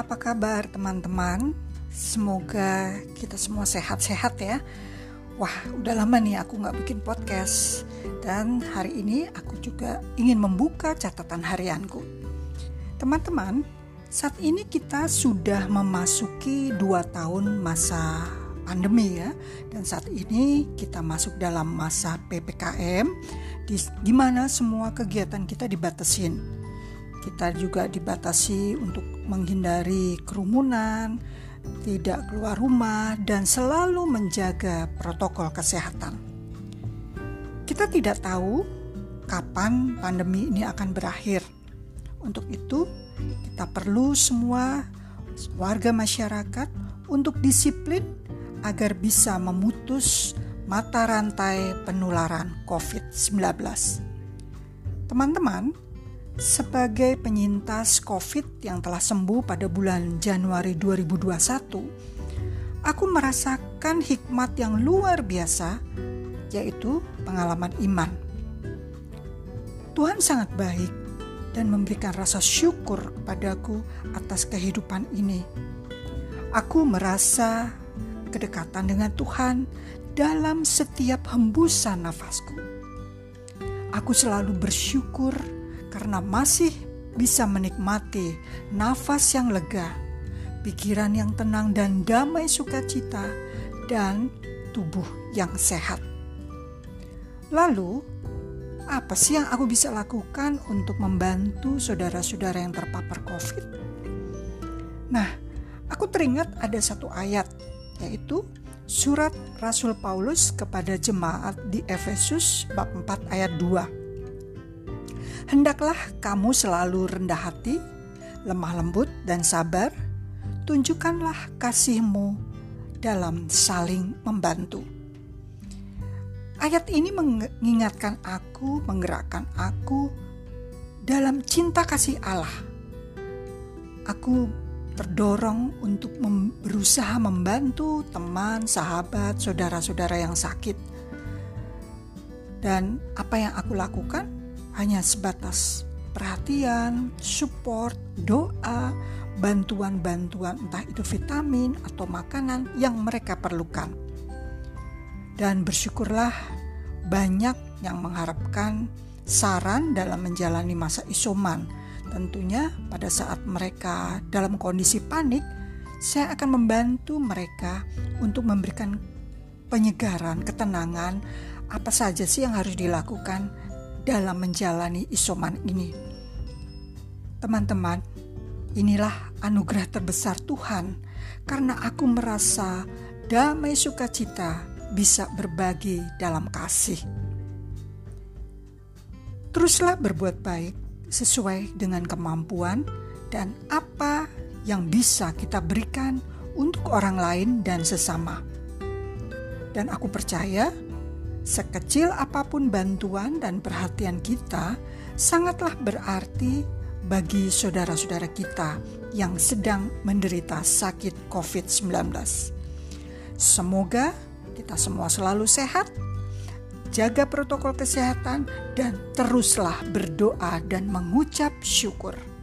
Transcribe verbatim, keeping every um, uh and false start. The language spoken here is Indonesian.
Apa kabar teman-teman? Semoga kita semua sehat-sehat ya. Wah, udah lama nih aku gak bikin podcast. Dan hari ini aku juga ingin membuka catatan harianku. Teman-teman, saat ini kita sudah memasuki dua tahun masa pandemi ya. Dan saat ini kita masuk dalam masa P P K M, di, di mana semua kegiatan kita dibatasin. Kita juga dibatasi untuk menghindari kerumunan, tidak keluar rumah, dan selalu menjaga protokol kesehatan. Kita tidak tahu kapan pandemi ini akan berakhir. Untuk itu, kita perlu semua warga masyarakat untuk disiplin agar bisa memutus mata rantai penularan covid sembilan belas. Teman-teman, sebagai penyintas COVID yang telah sembuh pada bulan Januari dua ribu dua puluh satu, aku merasakan hikmat yang luar biasa, yaitu pengalaman iman. Tuhan sangat baik dan memberikan rasa syukur kepadaku atas kehidupan ini. Aku merasa kedekatan dengan Tuhan dalam setiap hembusan nafasku. Aku selalu bersyukur karena masih bisa menikmati nafas yang lega, pikiran yang tenang dan damai sukacita, dan tubuh yang sehat. Lalu, apa sih yang aku bisa lakukan untuk membantu saudara-saudara yang terpapar COVID? Nah, aku teringat ada satu ayat, yaitu surat Rasul Paulus kepada jemaat di Efesus bab empat ayat dua. Hendaklah kamu selalu rendah hati, lemah lembut dan sabar, tunjukkanlah kasihmu dalam saling membantu. Ayat ini mengingatkan aku, menggerakkan aku dalam cinta kasih Allah. Aku terdorong untuk mem- berusaha membantu teman, sahabat, saudara-saudara yang sakit. Dan apa yang aku lakukan? Hanya sebatas perhatian, support, doa, bantuan-bantuan entah itu vitamin atau makanan yang mereka perlukan. Dan bersyukurlah banyak yang mengharapkan saran dalam menjalani masa isoman. Tentunya pada saat mereka dalam kondisi panik, saya akan membantu mereka untuk memberikan penyegaran, ketenangan, apa saja sih yang harus dilakukan dalam menjalani isoman ini. Teman-teman, inilah anugerah terbesar Tuhan karena aku merasa damai sukacita bisa berbagi dalam kasih. Teruslah berbuat baik sesuai dengan kemampuan dan apa yang bisa kita berikan untuk orang lain dan sesama. Dan aku percaya sekecil apapun bantuan dan perhatian kita sangatlah berarti bagi saudara-saudara kita yang sedang menderita sakit covid sembilan belas. Semoga kita semua selalu sehat, jaga protokol kesehatan, dan teruslah berdoa dan mengucap syukur.